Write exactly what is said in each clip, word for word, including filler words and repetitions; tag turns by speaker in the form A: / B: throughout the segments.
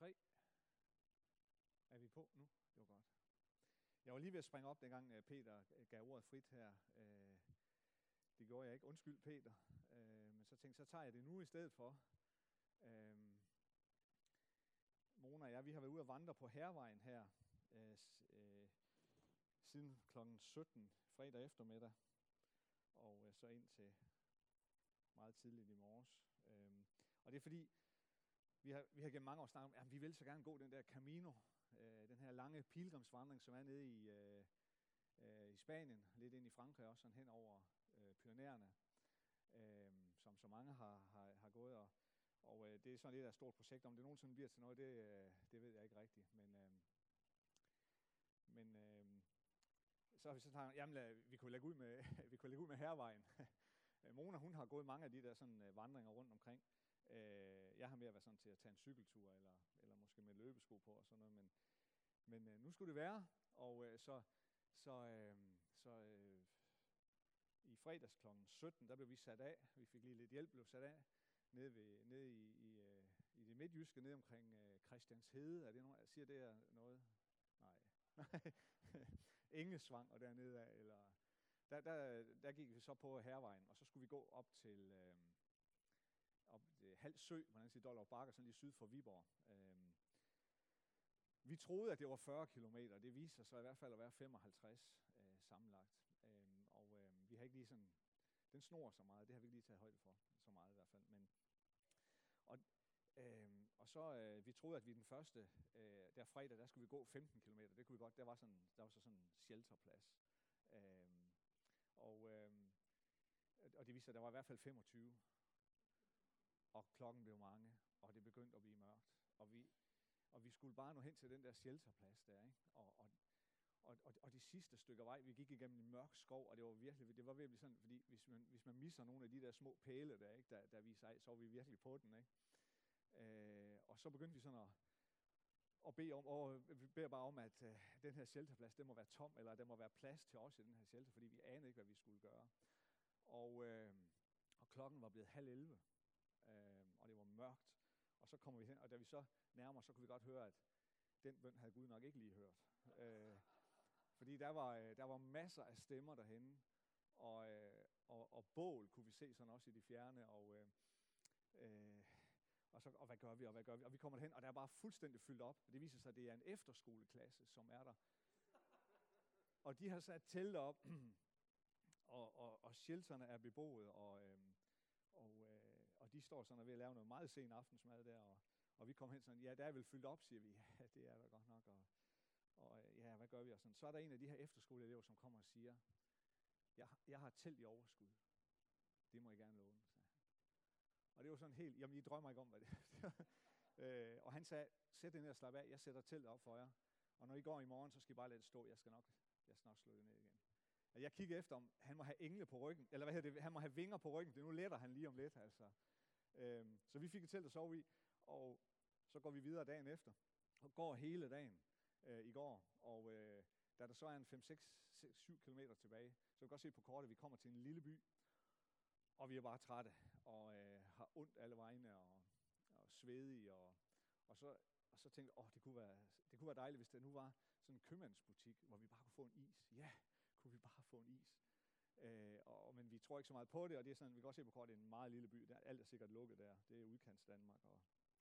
A: tre. Er vi på nu? Det var godt. Jeg var lige ved at springe op, dengang Peter gav ordet frit her. Det gjorde jeg ikke. Undskyld, Peter. Men så tænkte jeg, så tager jeg det nu i stedet for. Mona og jeg, vi har været ude at vandre på Hærvejen her siden klokken sytten fredag eftermiddag. Og så ind til meget tidligt i morges. Og det er fordi, vi har, vi har gennem mange år snakket om, at vi vil så gerne gå den der Camino, øh, den her lange pilgrimsvandring, som er nede i, øh, øh, i Spanien, lidt ind i Frankrig også, sådan hen over øh, Pyrenæerne, øh, som så mange har, har, har gået. Og, og øh, det er sådan lidt af et stort projekt. Om det nogensinde bliver til noget, det, øh, det ved jeg ikke rigtigt. Men, øh, men øh, så har vi så tænkt, jamen lad, vi kunne lægge ud med, vi kunne lægge ud med Hærvejen. Mona, hun har gået mange af de der sådan, øh, vandringer rundt omkring. Jeg har mere været sådan til at tage en cykeltur, eller, eller måske med løbesko på og sådan noget, men, men øh, nu skulle det være, og øh, så, så, øh, så øh, i fredags klokken sytten, der blev vi sat af, vi fik lige lidt hjælp, blev sat af, nede, ved, nede i, i, øh, i det midtjyske, nede omkring øh, Christianshede. Er det noget, siger det noget? Nej. Engesvang og dernede af, eller der, der, der gik vi så på Hærvejen, og så skulle vi gå op til øh, op til Hald Sø, hvordan siger Dollerup Bakker, sådan lige syd for Viborg. Øhm, vi troede, at det var fyrre kilometer, det viser sig så i hvert fald at være femoghalvtreds øh, sammenlagt. Øhm, og øh, vi har ikke lige sådan, den snor så meget, det har vi ikke lige taget højde for, så meget i hvert fald. Men, og, øh, og så, øh, vi troede, at vi den første, øh, der fredag, der skulle vi gå femten kilometer, det kunne vi godt, der var, sådan, der var så sådan en shelterplads. Øhm, og, øh, og det viser sig, at der var i hvert fald femogtyve. Og klokken blev mange, og det begyndte at blive mørkt. Og vi, og vi skulle bare nå hen til den der shelterplads der, ikke? Og, og, og, og, og de sidste stykker vej, vi gik igennem en mørk skov, og det var virkelig, det var virkelig sådan, fordi hvis man, hvis man misser nogle af de der små pæle der, ikke, der, der viser af, så var vi virkelig på den, ikke? Øh, og så begyndte vi sådan at, at bede om, og vi beder bare om, at uh, den her shelterplads, den må være tom, eller der må være plads til os i den her shelter, fordi vi anede ikke, hvad vi skulle gøre. Og, øh, og klokken var blevet halv elleve. Øh, og det var mørkt, og så kommer vi hen, og da vi så nærmer, så kunne vi godt høre, at den bøn havde Gud nok ikke lige hørt. Øh, fordi der var, der var masser af stemmer derhenne, og, og, og bål kunne vi se sådan også i de fjerne, og, øh, og, så, og hvad gør vi, og hvad gør vi? Og vi kommer derhen, og der er bare fuldstændig fyldt op, og det viser sig, at det er en efterskoleklasse, som er der. Og de har sat telte op, og, og, og shelterne er beboet, og øh, Og, øh, og de står sådan og ved at lave noget meget sen aftensmad der, og, og vi kommer hen sådan, ja, der er vel fyldt op, siger vi. Ja, det er der godt nok, og, og ja, hvad gør vi? Og sådan. Så er der en af de her efterskoleelever, som kommer og siger, jeg, jeg har et telt i overskud. Det må I gerne låne, sagde han. Og det var sådan helt, jamen I drømmer ikke om, hvad det er. øh, og han sagde, sæt det ned og slap af, jeg sætter teltet op for jer, og når I går i morgen, så skal I bare lade det stå, jeg skal nok, jeg skal nok slå det ned igen. Jeg kiggede efter, om han må have engle på ryggen, eller hvad hedder det, han må have vinger på ryggen, det nu letter han lige om lidt, altså. Øhm, så vi fik et telt at sove i, og så går vi videre dagen efter, og går hele dagen øh, i går, og øh, da der så er en fem seks syv kilometer tilbage, så kan vi godt se på kortet, at vi kommer til en lille by, og vi er bare trætte, og øh, har ondt alle vegne, og, og svedige, og, og så og så tænkte jeg, åh, det kunne være, det kunne være dejligt, hvis der nu var sådan en købmandsbutik, hvor vi bare kunne få en is. Ja, kunne vi bare få en is. Øh, og, men vi tror ikke så meget på det, og det er sådan, vi kan også se på kortet, det er en meget lille by. Der, alt er sikkert lukket der. Det er udkants Danmark. Og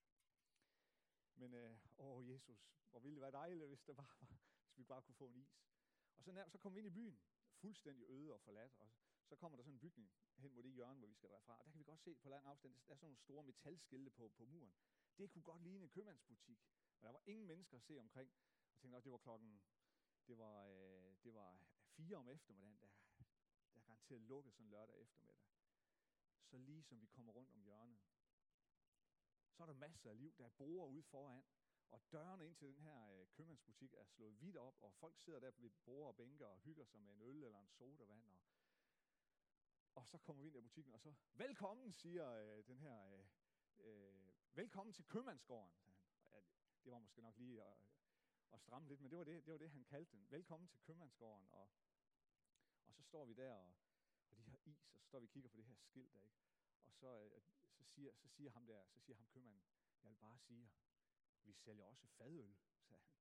A: men øh, åh, Jesus, hvor ville det være dejligt, hvis, der bare var, hvis vi bare kunne få en is. Og så, nær, så kommer vi ind i byen, fuldstændig øde og forladt, og så kommer der sådan en bygning hen mod det hjørne, hvor vi skal derfra. Og der kan vi godt se på lang afstand, der er sådan nogle store metalskilte på, på muren. Det kunne godt ligne en købmandsbutik, men der var ingen mennesker at se omkring. Og jeg tænkte også, det var klokken, det var, øh, det var fire om eftermiddagen, der, der er garanteret lukket sådan lørdag eftermiddag. Så lige som vi kommer rundt om hjørnet, så er der masser af liv, der er borde ude foran, og dørene ind til den her øh, købmandsbutik er slået vidt op, og folk sidder der ved borde og bænker og hygger sig med en øl eller en sodavand. Og, og så kommer vi ind i butikken, og så, velkommen, siger øh, den her, øh, øh, velkommen til købmandsgården, sagde han. Og ja, det var måske nok lige at, at stramme lidt, men det var det, det var det, han kaldte den. Velkommen til købmandsgården. Og, og så står vi der, og, og de har is, og så står vi og kigger på det her skilt der, ikke? Og så, øh, så, siger, så siger ham der, så siger ham købmanden, jeg vil bare sige, vi sælger også fadøl, sagde han.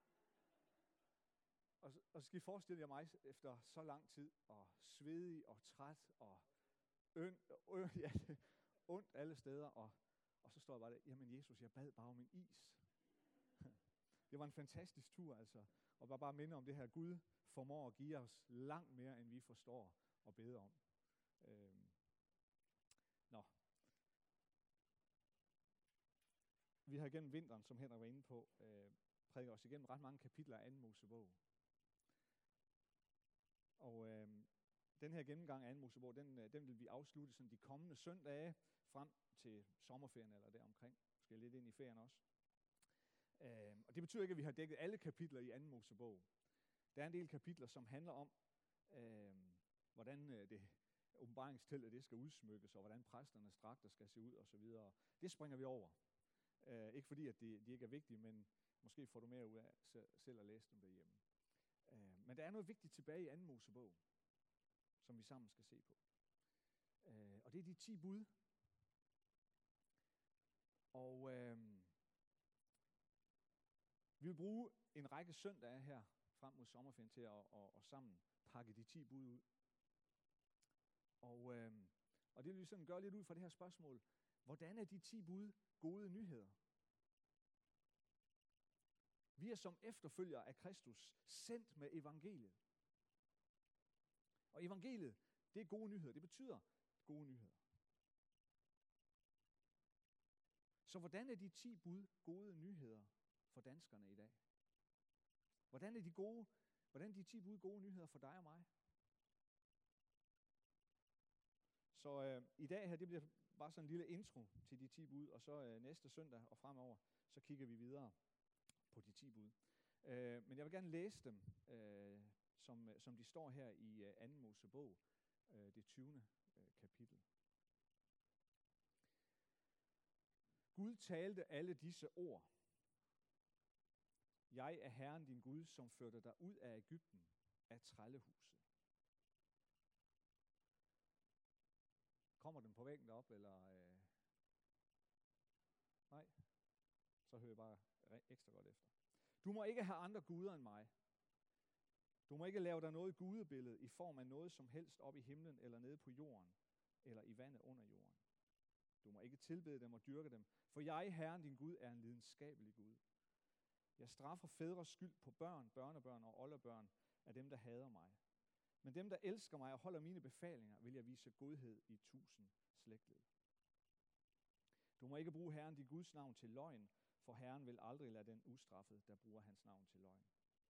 A: Og, og så skal I forestille jer mig efter så lang tid, og svedig og træt og øn, øn, ja, ondt alle steder, og, og så står jeg bare der, jamen Jesus, jeg bad bare om en is. Det var en fantastisk tur, altså, og bare bare minde om det her, Gud formår at give os langt mere, end vi forstår og beder om. Øhm. Nå. Vi har gennem vinteren, som Henrik var inde på, øh, prædiket os igennem ret mange kapitler af anden Mosebog. Og øh, den her gennemgang af anden Mosebog, den, øh, den vil vi afslutte sådan de kommende søndage frem til sommerferien eller deromkring. Skal lidt ind i ferien også. Øh, og det betyder ikke, at vi har dækket alle kapitler i anden Mosebog. Der er en del kapitler, som handler om, øh, hvordan øh, det åbenbaringsteltet det skal udsmykkes, og hvordan præsternes dragter skal se ud osv. Det springer vi over. Øh, ikke fordi, at de, de ikke er vigtige, men måske får du mere ud af selv, selv at læse dem derhjemme. Øh, men der er noget vigtigt tilbage i anden Mosebog, som vi sammen skal se på. Øh, og det er de ti bud. Og øh, vi vil bruge en række søndage her frem mod sommerferien til at og, og sammen pakke de ti bud ud. Og, øh, og det vil vi sådan gøre lidt ud fra det her spørgsmål. Hvordan er de ti bud gode nyheder? Vi er som efterfølgere af Kristus sendt med evangeliet. Og evangeliet, det er gode nyheder. Det betyder gode nyheder. Så hvordan er de ti bud gode nyheder for danskerne i dag? Hvordan er de gode, hvordan er de ti bud gode nyheder for dig og mig? Så øh, i dag her, det bliver bare sådan en lille intro til de ti bud, og så øh, næste søndag og fremover, så kigger vi videre på de ti bud. Øh, men jeg vil gerne læse dem, øh, som, som de står her i øh, anden Mosebog, øh, det tyvende øh, kapitel. Gud talte alle disse ord. Jeg er Herren din Gud, som førte dig ud af Egypten, af trællehuset. Kommer den på væggen derop, eller? Øh? Nej? Så hører jeg bare ekstra godt efter. Du må ikke have andre guder end mig. Du må ikke lave dig noget gudebillede i form af noget som helst op i himlen, eller nede på jorden, eller i vandet under jorden. Du må ikke tilbede dem og dyrke dem, for jeg, Herren din Gud, er en lidenskabelig Gud. Jeg straffer fædres skyld på børn, børnebørn og oldebørn af dem, der hader mig. Men dem, der elsker mig og holder mine befalinger, vil jeg vise godhed i tusind slægtled. Du må ikke bruge Herren din Guds navn til løgn, for Herren vil aldrig lade den ustraffet, der bruger hans navn til løgn.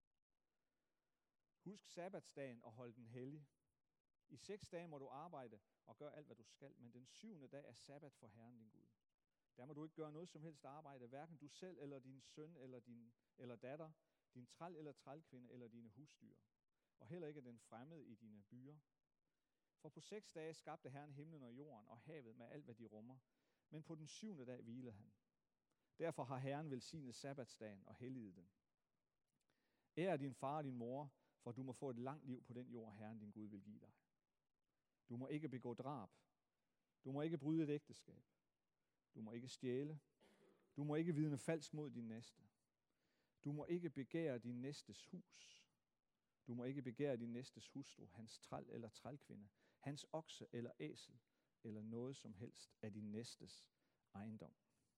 A: Husk sabbatsdagen og hold den hellig. I seks dage må du arbejde og gøre alt, hvad du skal, men den syvende dag er sabbat for Herren din Gud. Der må du ikke gøre noget som helst arbejde, hverken du selv eller din søn eller din eller datter, din træl eller trælkvinde eller dine husdyr, og heller ikke den fremmede i dine byer. For på seks dage skabte Herren himlen og jorden og havet med alt, hvad de rummer, men på den syvende dag hvilede han. Derfor har Herren velsignet sabbatsdagen og helliget den. Ær din far og din mor, for du må få et langt liv på den jord, Herren din Gud vil give dig. Du må ikke begå drab. Du må ikke bryde et ægteskab. Du må ikke stjæle. Du må ikke vidne falsk mod din næste. Du må ikke begære din næstes hus. Du må ikke begære din næstes hustru, hans træl eller trælkvinde, hans okse eller æsel, eller noget som helst af din næstes ejendom.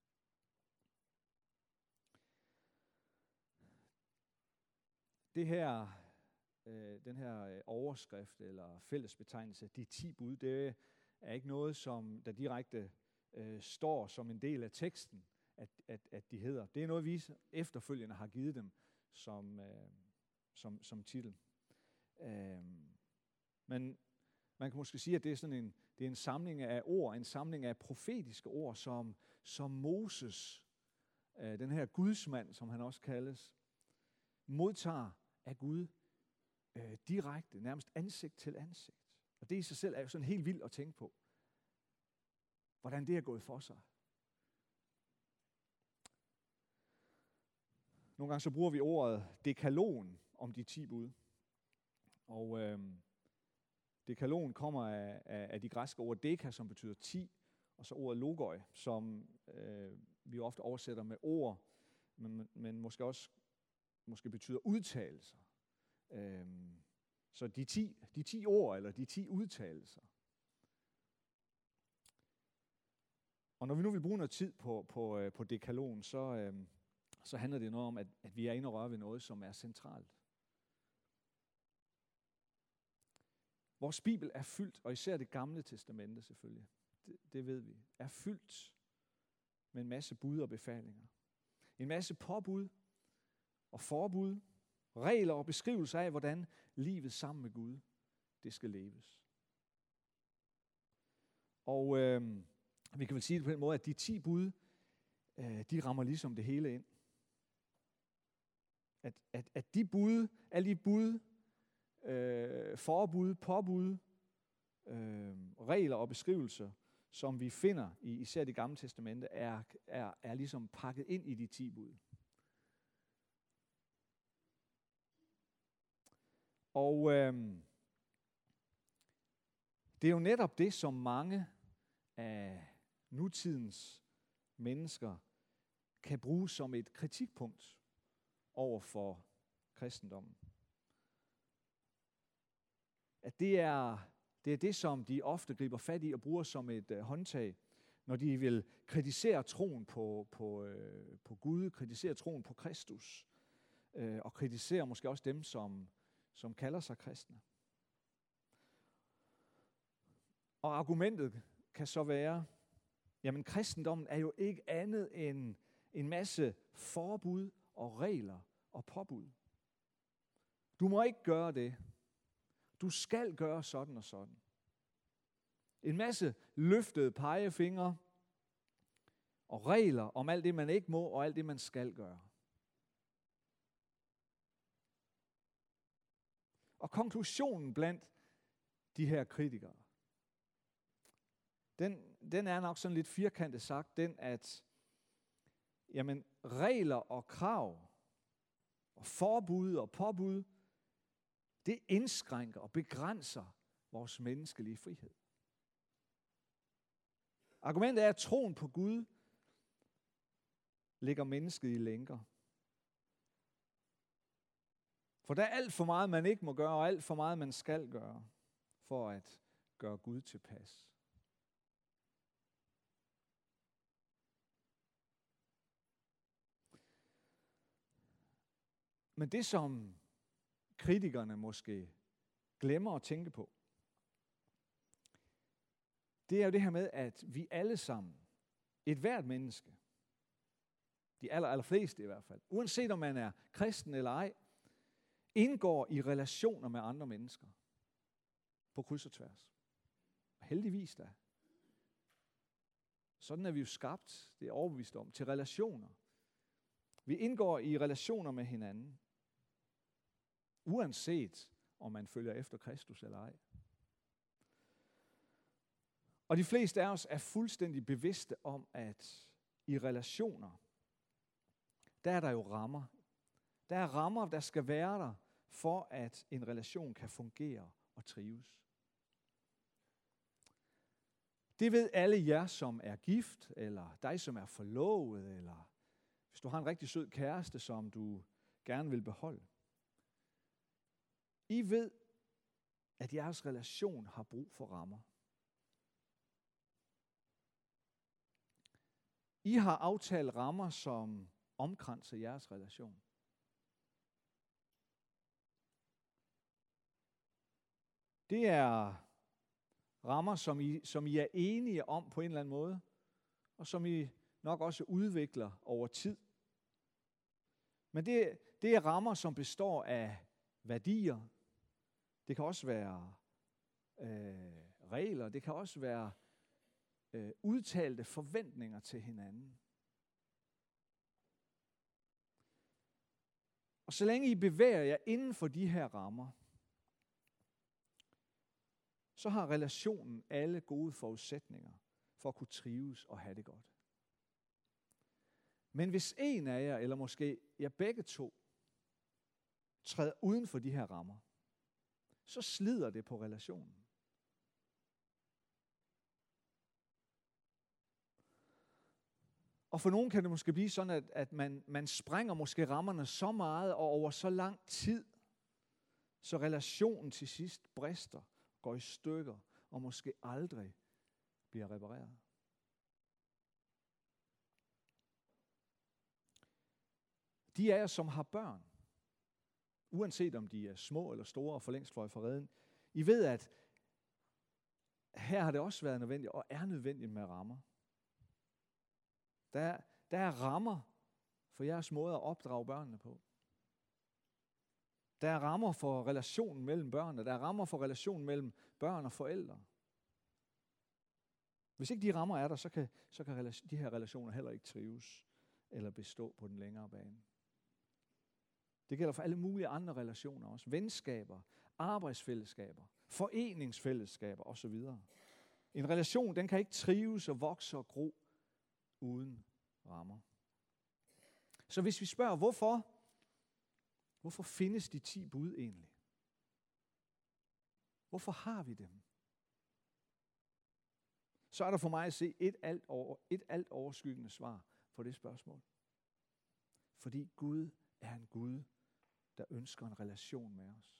A: Det her, øh, den her overskrift eller fællesbetegnelse, de ti bud, det er ikke noget, som der direkte øh, står som en del af teksten, at, at, at de hedder. Det er noget, vi efterfølgende har givet dem som, øh, som, som titel. Øh, men man kan måske sige, at det er sådan en, det er en samling af ord, en samling af profetiske ord, som, som Moses, øh, den her gudsmand, som han også kaldes, modtager af Gud øh, direkte, nærmest ansigt til ansigt. Og det i sig selv er jo sådan helt vildt at tænke på, hvordan det er gået for sig. Nogle gange så bruger vi ordet dekalon om de ti bud. Og øh, dekalon kommer af, af, af de græske ord deka, som betyder ti, og så ordet logoi, som øh, vi ofte oversætter med ord, men, men måske også måske betyder udtalelser. Øhm, så de ti, de ti ord, eller de ti udtalelser. Og når vi nu vil bruge noget tid på, på, på dekalogen, så, øhm, så handler det noget om, at, at vi er inde og røre ved noget, som er centralt. Vores Bibel er fyldt, og især det gamle testamente selvfølgelig, det, det ved vi, er fyldt med en masse bud og befalinger. En masse påbud og forbud, regler og beskrivelser af, hvordan livet sammen med Gud, det skal leves. Og øh, vi kan vel sige det på den måde, at de ti bud, øh, de rammer ligesom det hele ind. At, at, at de bud, alle de bud, øh, forbud, påbud, øh, regler og beskrivelser, som vi finder i især det gamle testamente, er, er, er ligesom pakket ind i de ti bud. Og øh, det er jo netop det, som mange af nutidens mennesker kan bruge som et kritikpunkt over for kristendommen. At det er det, er det som de ofte griber fat i og bruger som et øh, håndtag, når de vil kritisere troen på, på, øh, på Gud, kritisere troen på Kristus, øh, og kritisere måske også dem, som, som kalder sig kristne. Og argumentet kan så være, jamen kristendommen er jo ikke andet end en masse forbud og regler og påbud. Du må ikke gøre det. Du skal gøre sådan og sådan. En masse løftede pegefingre og regler om alt det, man ikke må, og alt det, man skal gøre. Og konklusionen blandt de her kritikere, den, den er nok sådan lidt firkantet sagt, den at jamen, regler og krav og forbud og påbud, det indskrænker og begrænser vores menneskelige frihed. Argumentet er, at troen på Gud lægger mennesket i lænker. For der er alt for meget, man ikke må gøre, og alt for meget, man skal gøre, for at gøre Gud tilpas. Men det, som kritikerne måske glemmer at tænke på, det er jo det her med, at vi alle sammen, et hvert menneske, de aller, aller fleste i hvert fald, uanset om man er kristen eller ej, indgår i relationer med andre mennesker på kryds og tværs. Heldigvis da. Sådan er vi jo skabt, det er overbevist om, til relationer. Vi indgår i relationer med hinanden, uanset om man følger efter Kristus eller ej. Og de fleste af os er fuldstændig bevidste om, at i relationer, der er der jo rammer. Der er rammer, der skal være der, for at en relation kan fungere og trives. Det ved alle jer, som er gift, eller dig, som er forlovet, eller hvis du har en rigtig sød kæreste, som du gerne vil beholde. I ved, at jeres relation har brug for rammer. I har aftalt rammer, som omkranser jeres relation. Det er rammer, som I, som I er enige om på en eller anden måde, og som I nok også udvikler over tid. Men det, det er rammer, som består af værdier. Det kan også være øh, regler. Det kan også være øh, udtalte forventninger til hinanden. Og så længe I bevæger jer inden for de her rammer, så har relationen alle gode forudsætninger for at kunne trives og have det godt. Men hvis en af jer, eller måske jer begge to, træder uden for de her rammer, så slider det på relationen. Og for nogen kan det måske blive sådan, at, at man, man sprænger måske rammerne så meget og over så lang tid, så relationen til sidst brister, går i stykker og måske aldrig bliver repareret. De af jer, som har børn, uanset om de er små eller store og for længst fløj for reden, I ved, at her har det også været nødvendigt og er nødvendigt med rammer. Der er, der er rammer for jeres måde at opdrage børnene på. Der er rammer for relationen mellem børnene. Der er rammer for relationen mellem børn og forældre. Hvis ikke de rammer er der, så kan, så kan de her relationer heller ikke trives eller bestå på den længere bane. Det gælder for alle mulige andre relationer også. Venskaber, arbejdsfællesskaber, foreningsfællesskaber osv. En relation, den kan ikke trives og vokse og gro uden rammer. Så hvis vi spørger, hvorfor, hvorfor findes de ti bud egentlig? Hvorfor har vi dem? Så er der for mig at se et alt, over, et alt overskyggende svar på det spørgsmål. Fordi Gud er en Gud, der ønsker en relation med os.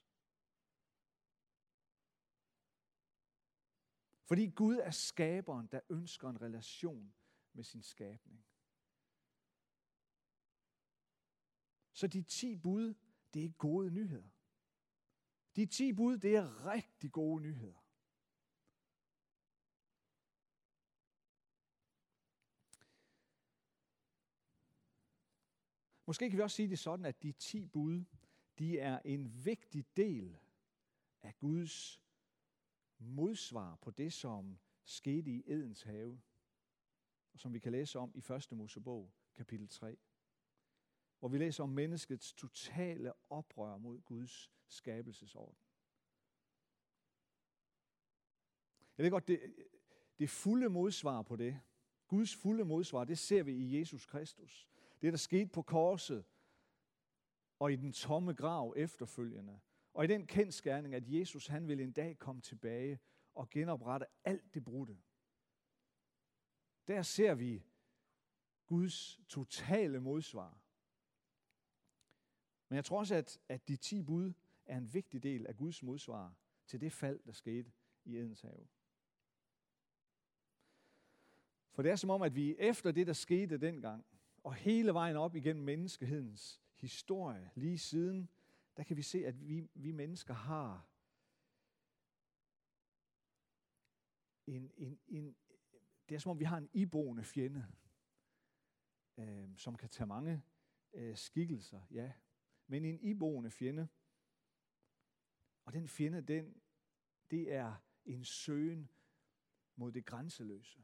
A: Fordi Gud er skaberen, der ønsker en relation med sin skabning. Så de ti bud, det er gode nyheder. De ti bud, det er rigtig gode nyheder. Måske kan vi også sige det sådan, at de ti bud, de er en vigtig del af Guds modsvar på det, som skete i Edens have, og som vi kan læse om i første Mosebog, kapitel tre, hvor vi læser om menneskets totale oprør mod Guds skabelsesorden. Jeg ved godt, det, det fulde modsvar på det, Guds fulde modsvar, det ser vi i Jesus Kristus. Det, der skete på korset og i den tomme grav efterfølgende, og i den kendsgerning, at Jesus han vil en dag komme tilbage og genoprette alt det brudte. Der ser vi Guds totale modsvar. Men jeg tror også, at, at de ti bud er en vigtig del af Guds modsvar til det fald, der skete i Edens have. For det er som om, at vi efter det, der skete dengang, og hele vejen op igennem menneskehedens historie, lige siden, der kan vi se, at vi, vi mennesker har en, en, en, det er som om, vi har en iboende fjende, øh, som kan tage mange øh, skikkelser, ja, men en iboende fjende. Og den fjende, den, det er en søgen mod det grænseløse.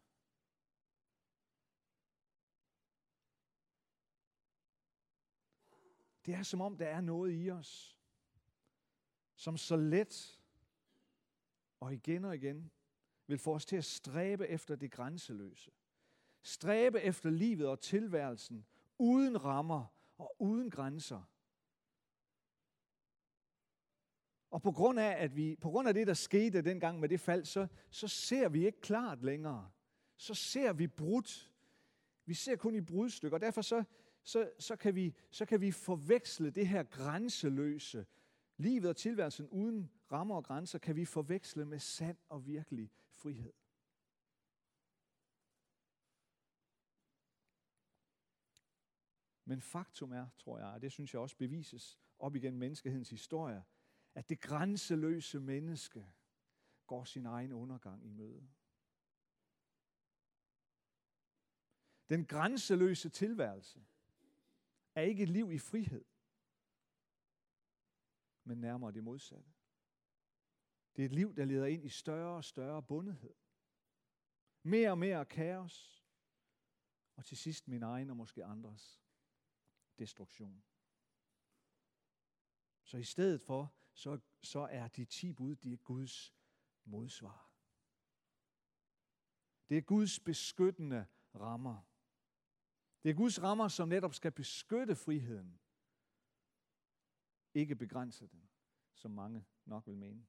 A: Det er som om, der er noget i os, som så let og igen og igen vil få os til at stræbe efter det grænseløse. Stræbe efter livet og tilværelsen uden rammer og uden grænser. Og på grund af, at vi, på grund af det, der skete dengang med det fald, så, så ser vi ikke klart længere. Så ser vi brudt. Vi ser kun i brudstykker, og derfor så, så, så, kan vi, så kan vi forveksle det her grænseløse, livet og tilværelsen uden rammer og grænser, kan vi forveksle med sand og virkelig frihed. Men faktum er, tror jeg, og det synes jeg også bevises op igennem menneskehedens historie, at det grænseløse menneske går sin egen undergang i møde. Den grænseløse tilværelse er ikke et liv i frihed, men nærmere det modsatte. Det er et liv, der leder ind i større og større bundethed. Mere og mere kaos, og til sidst min egen og måske andres destruktion. Så i stedet for, så, så er de ti bud, de er Guds modsvar. Det er Guds beskyttende rammer. Det er Guds rammer, som netop skal beskytte friheden, ikke begrænse den, som mange nok vil mene.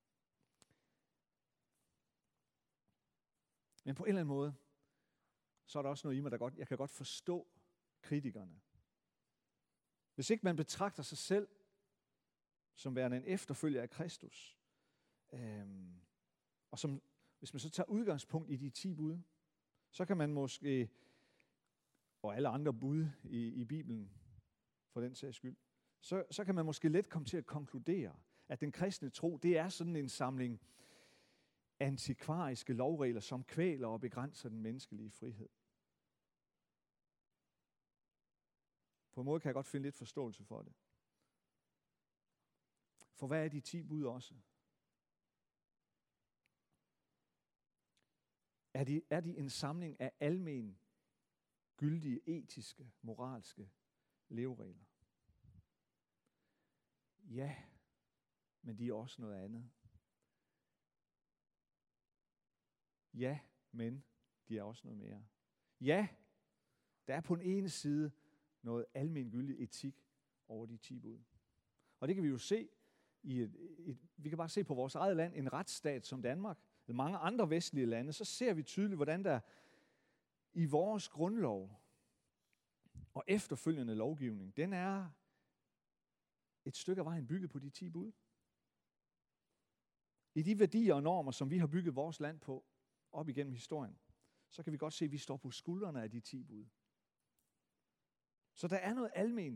A: Men på en eller anden måde, så er der også noget i mig, der godt, jeg kan godt forstå kritikerne. Hvis ikke man betragter sig selv som værende en efterfølger af Kristus, øhm, og som, hvis man så tager udgangspunkt i de ti bud, så kan man måske, og alle andre bud i, i Bibelen, for den sags skyld, så, så kan man måske let komme til at konkludere, at den kristne tro, det er sådan en samling antikvariske lovregler, som kvæler og begrænser den menneskelige frihed. På en måde kan jeg godt finde lidt forståelse for det. For hvad er de ti bud også? Er de, er de en samling af almen gyldige, etiske, moralske leveregler? Ja, men de er også noget andet. Ja, men de er også noget mere. Ja, der er på den ene side noget almengyldig etik over de ti bud. Og det kan vi jo se i et, et, vi kan bare se på vores eget land, en retsstat som Danmark, eller mange andre vestlige lande, så ser vi tydeligt, hvordan der i vores grundlov og efterfølgende lovgivning, den er et stykke af vejen bygget på de ti bud. I de værdier og normer, som vi har bygget vores land på, op igennem historien, så kan vi godt se, at vi står på skuldrene af de ti bud. Så der er noget almen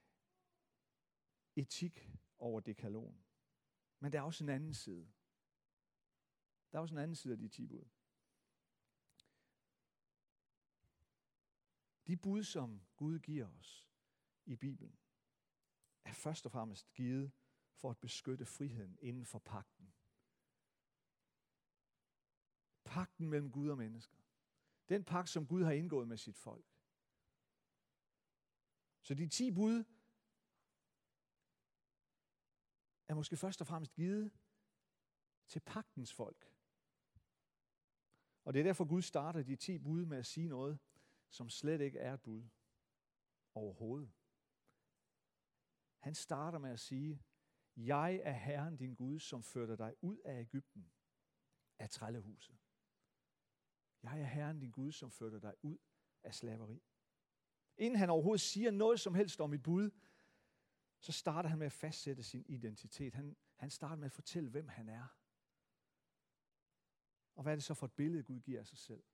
A: etik over dekalogen. Men der er også en anden side. Der er også en anden side af de ti bud. De bud, som Gud giver os i Bibelen, er først og fremmest givet for at beskytte friheden inden for pagten. Pagten mellem Gud og mennesker. Den pagt, som Gud har indgået med sit folk. Så de ti bud er måske først og fremmest givet til pagtens folk. Og det er derfor, Gud starter de ti bud med at sige noget, som slet ikke er et bud overhovedet. Han starter med at sige, jeg er Herren din Gud, som førte dig ud af Egypten, af trællehuset. Jeg er Herren din Gud, som førte dig ud af slaveri. Inden han overhovedet siger noget som helst om et bud, så starter han med at fastsætte sin identitet. Han, han starter med at fortælle, hvem han er. Og hvad er det så for et billede, Gud giver af sig selv?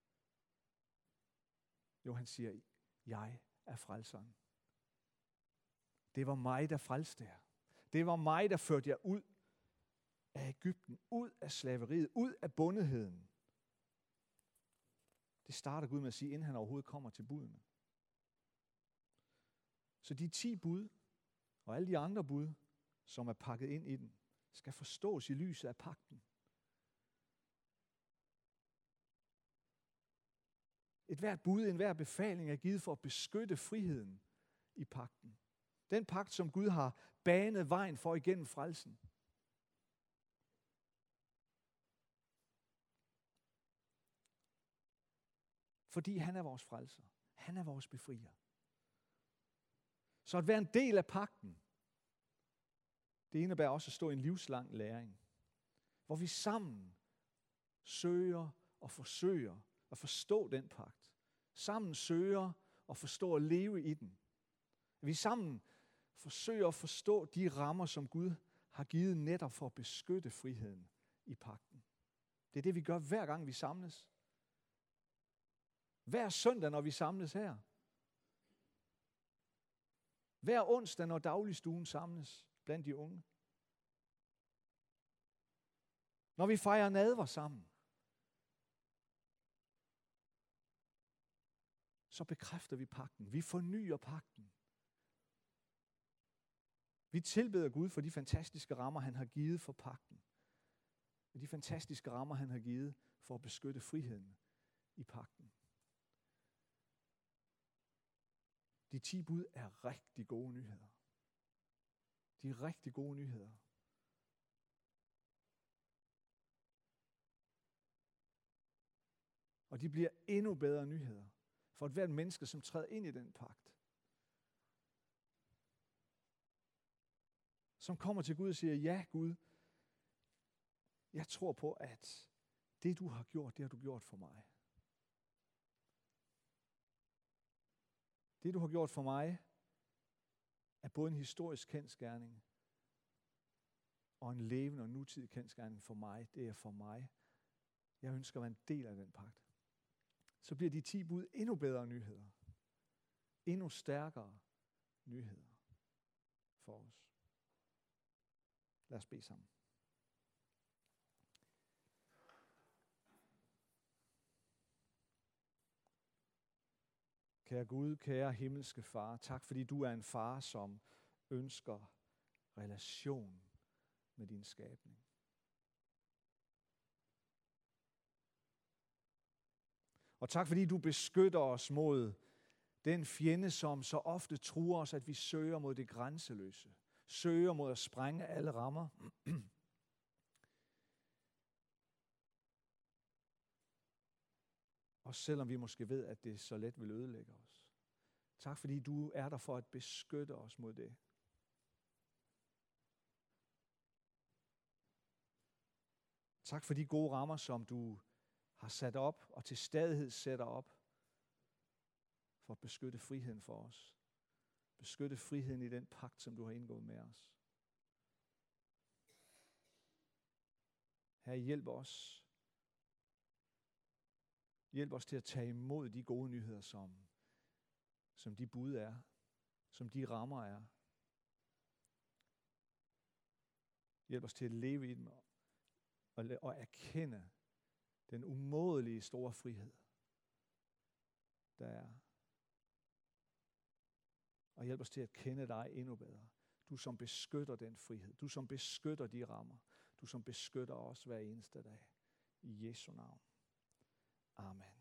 A: Jo, han siger, jeg er frelseren. Det var mig, der frelste jer. Det var mig, der førte jer ud af Egypten, ud af slaveriet, ud af bondheden. Det starter Gud med at sige, inden han overhovedet kommer til budene. Så de ti bud, og alle de andre bud, som er pakket ind i den, skal forstås i lyset af pagten. Et hvert bud, en hver befaling er givet for at beskytte friheden i pagten. Den pagt, som Gud har banet vejen for igennem frelsen. Fordi han er vores frelser. Han er vores befrier. Så at være en del af pagten, det indebærer også at stå i en livslang læring, hvor vi sammen søger og forsøger at forstå den pagt. Sammen søger og forstå at leve i den. Vi sammen forsøger at forstå de rammer, som Gud har givet netop for at beskytte friheden i pagten. Det er det, vi gør hver gang vi samles. Hver søndag, når vi samles her. Hver onsdag, når dagligstuen samles blandt de unge. Når vi fejrer nadver sammen. Så bekræfter vi pagten. Vi fornyer pagten. Vi tilbeder Gud for de fantastiske rammer, han har givet for pagten. Og de fantastiske rammer, han har givet for at beskytte friheden i pagten. De ti bud er rigtig gode nyheder. De er rigtig gode nyheder. Og de bliver endnu bedre nyheder for et hvert menneske, som træder ind i den pagt. Som kommer til Gud og siger, ja Gud, jeg tror på, at det du har gjort, det har du gjort for mig. Det, du har gjort for mig, er både en historisk kendsgerning og en levende og nutidig kendsgerning for mig. Det er for mig. Jeg ønsker at være en del af den pagt. Så bliver de ti bud endnu bedre nyheder. Endnu stærkere nyheder for os. Lad os bede sammen. Kære Gud, kære himmelske far, tak fordi du er en far, som ønsker relation med din skabning. Og tak fordi du beskytter os mod den fjende, som så ofte truer os, at vi søger mod det grænseløse. Søger mod at sprænge alle rammer. Og selvom vi måske ved, at det så let vil ødelægge os. Tak fordi du er der for at beskytte os mod det. Tak for de gode rammer, som du har sat op og til stadighed sætter op for at beskytte friheden for os. Beskytte friheden i den pagt, som du har indgået med os. Herre, hjælp os. Hjælp os til at tage imod de gode nyheder, som, som de bud er, som de rammer er. Hjælp os til at leve i dem og, og erkende den umådelige store frihed, der er. Og hjælp os til at kende dig endnu bedre. Du som beskytter den frihed. Du som beskytter de rammer. Du som beskytter os hver eneste dag. I Jesu navn. Amen.